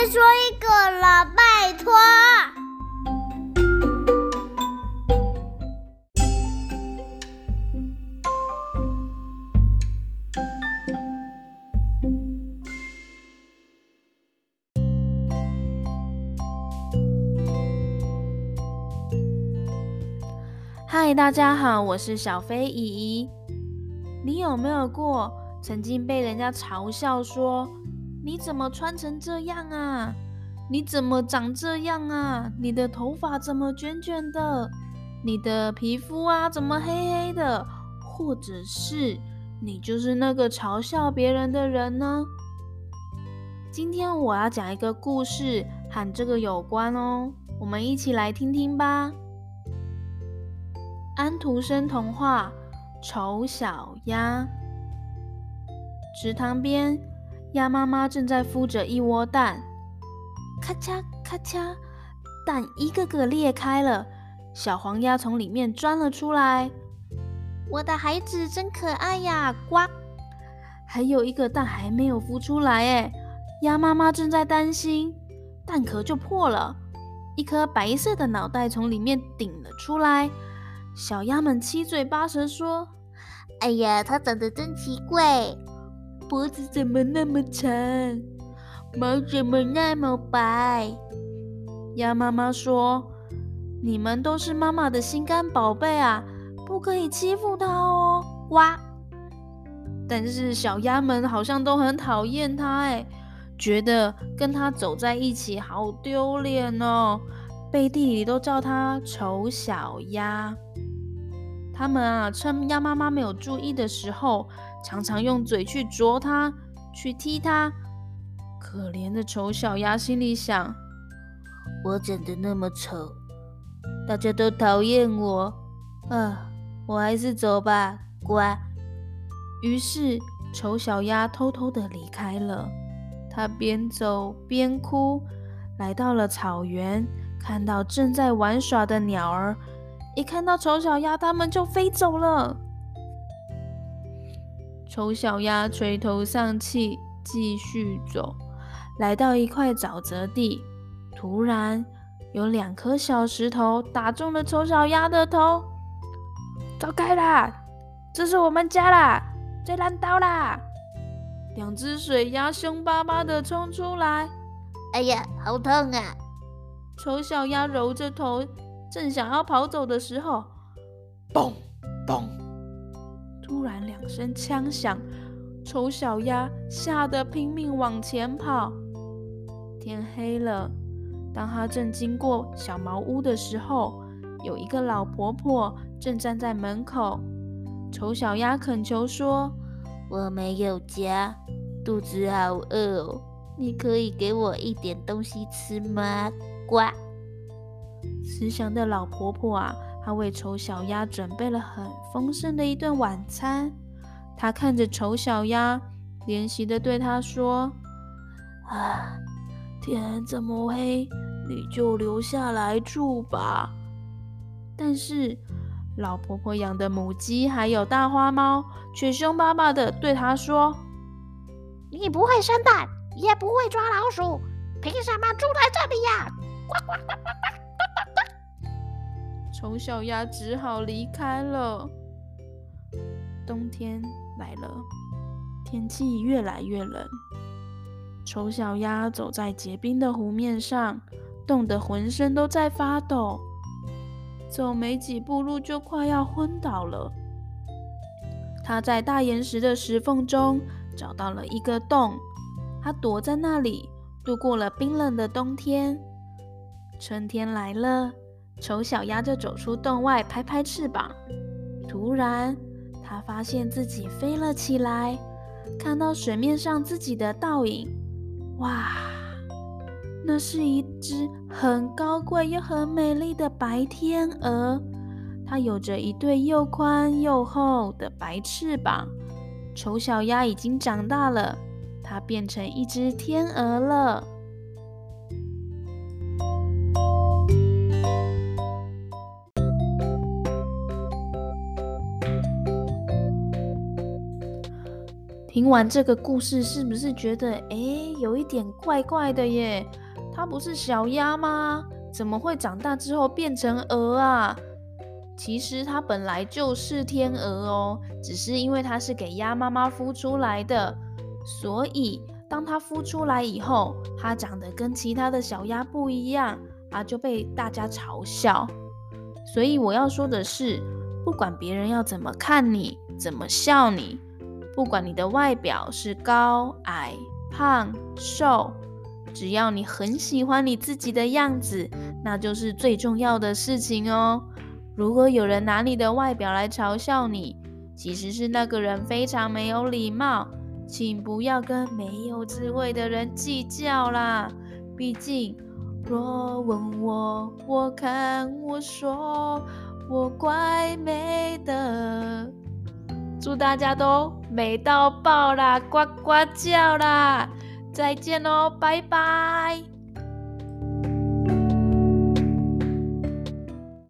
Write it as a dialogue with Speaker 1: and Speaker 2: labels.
Speaker 1: 说一个了，拜托。
Speaker 2: 嗨，大家好，我是小飞姨姨。你有没有过曾经被人家嘲笑说，你怎么穿成这样啊？你怎么长这样啊？你的头发怎么卷卷的？你的皮肤啊怎么黑黑的？或者是你就是那个嘲笑别人的人呢？今天我要讲一个故事，和这个有关哦，我们一起来听听吧。安徒生童话《丑小鸭》。池塘边，鸭妈妈正在孵着一窝蛋，咔嚓咔嚓，蛋一个个裂开了，小黄鸭从里面钻了出来。我的孩子真可爱呀，呱！还有一个蛋还没有孵出来耶，鸭妈妈正在担心，蛋壳就破了，一颗白色的脑袋从里面顶了出来。小鸭们七嘴八舌说：“
Speaker 1: 哎呀，它长得真奇怪，
Speaker 2: 脖子怎么那么长，
Speaker 1: 毛怎么那么白？”
Speaker 2: 鸭妈妈说：“你们都是妈妈的心肝宝贝啊，不可以欺负它哦。”哇！但是小鸭们好像都很讨厌它，觉得跟它走在一起好丢脸哦，背地里都叫它丑小鸭。他们啊，趁鸭妈妈没有注意的时候，常常用嘴去啄它，去踢它。可怜的丑小鸭心里想：
Speaker 1: 我长得那么丑，大家都讨厌我我还是走吧，呱。
Speaker 2: 于是丑小鸭偷偷地离开了。它边走边哭，来到了草原，看到正在玩耍的鸟儿，一看到丑小鸭，它们就飞走了。丑小鸭垂头丧气，继续走，来到一块沼泽地。突然，有2颗小石头打中了丑小鸭的头。走开啦！这是我们家啦！最烂刀啦！2只水鸭凶巴巴地冲出来。
Speaker 1: 哎呀，好痛啊！
Speaker 2: 丑小鸭揉着头，正想要跑走的时候，嘣嘣！突然2声枪响，丑小鸭吓得拼命往前跑。天黑了，当他正经过小茅屋的时候，有一个老婆婆正站在门口。丑小鸭恳求说：“
Speaker 1: 我没有家，肚子好饿哦，你可以给我一点东西吃吗？”呱！
Speaker 2: 慈祥的老婆婆啊，她为丑小鸭准备了很丰盛的一顿晚餐。她看着丑小鸭，怜惜地对它说：“天这么黑，你就留下来住吧。”但是老婆婆养的母鸡还有大花猫却凶巴巴地对她说：“
Speaker 1: 你不会生蛋，也不会抓老鼠，凭什么住在这里呀？”呱呱呱呱呱！
Speaker 2: 丑小鸭只好离开了。冬天来了，天气越来越冷。丑小鸭走在结冰的湖面上，冻得浑身都在发抖，走没几步路就快要昏倒了。它在大岩石的石缝中找到了一个洞，它躲在那里，度过了冰冷的冬天。春天来了，丑小鸭就走出洞外，拍拍翅膀。突然，它发现自己飞了起来，看到水面上自己的倒影。哇，那是一只很高贵又很美丽的白天鹅，它有着一对又宽又厚的白翅膀。丑小鸭已经长大了，它变成一只天鹅了。 听完这个故事，是不是觉得有一点怪怪的耶？它不是小鸭吗？怎么会长大之后变成鹅啊？其实它本来就是天鹅哦，只是因为它是给鸭妈妈孵出来的，所以当它孵出来以后，它长得跟其他的小鸭不一样啊，就被大家嘲笑。所以我要说的是，不管别人要怎么看你，怎么笑你，不管你的外表是高、矮、胖、瘦，只要你很喜欢你自己的样子，那就是最重要的事情哦。如果有人拿你的外表来嘲笑你，其实是那个人非常没有礼貌，请不要跟没有智慧的人计较啦。毕竟若问我，我看我说，我怪美的。祝大家都美到爆啦，呱呱叫啦！再见咯，拜拜。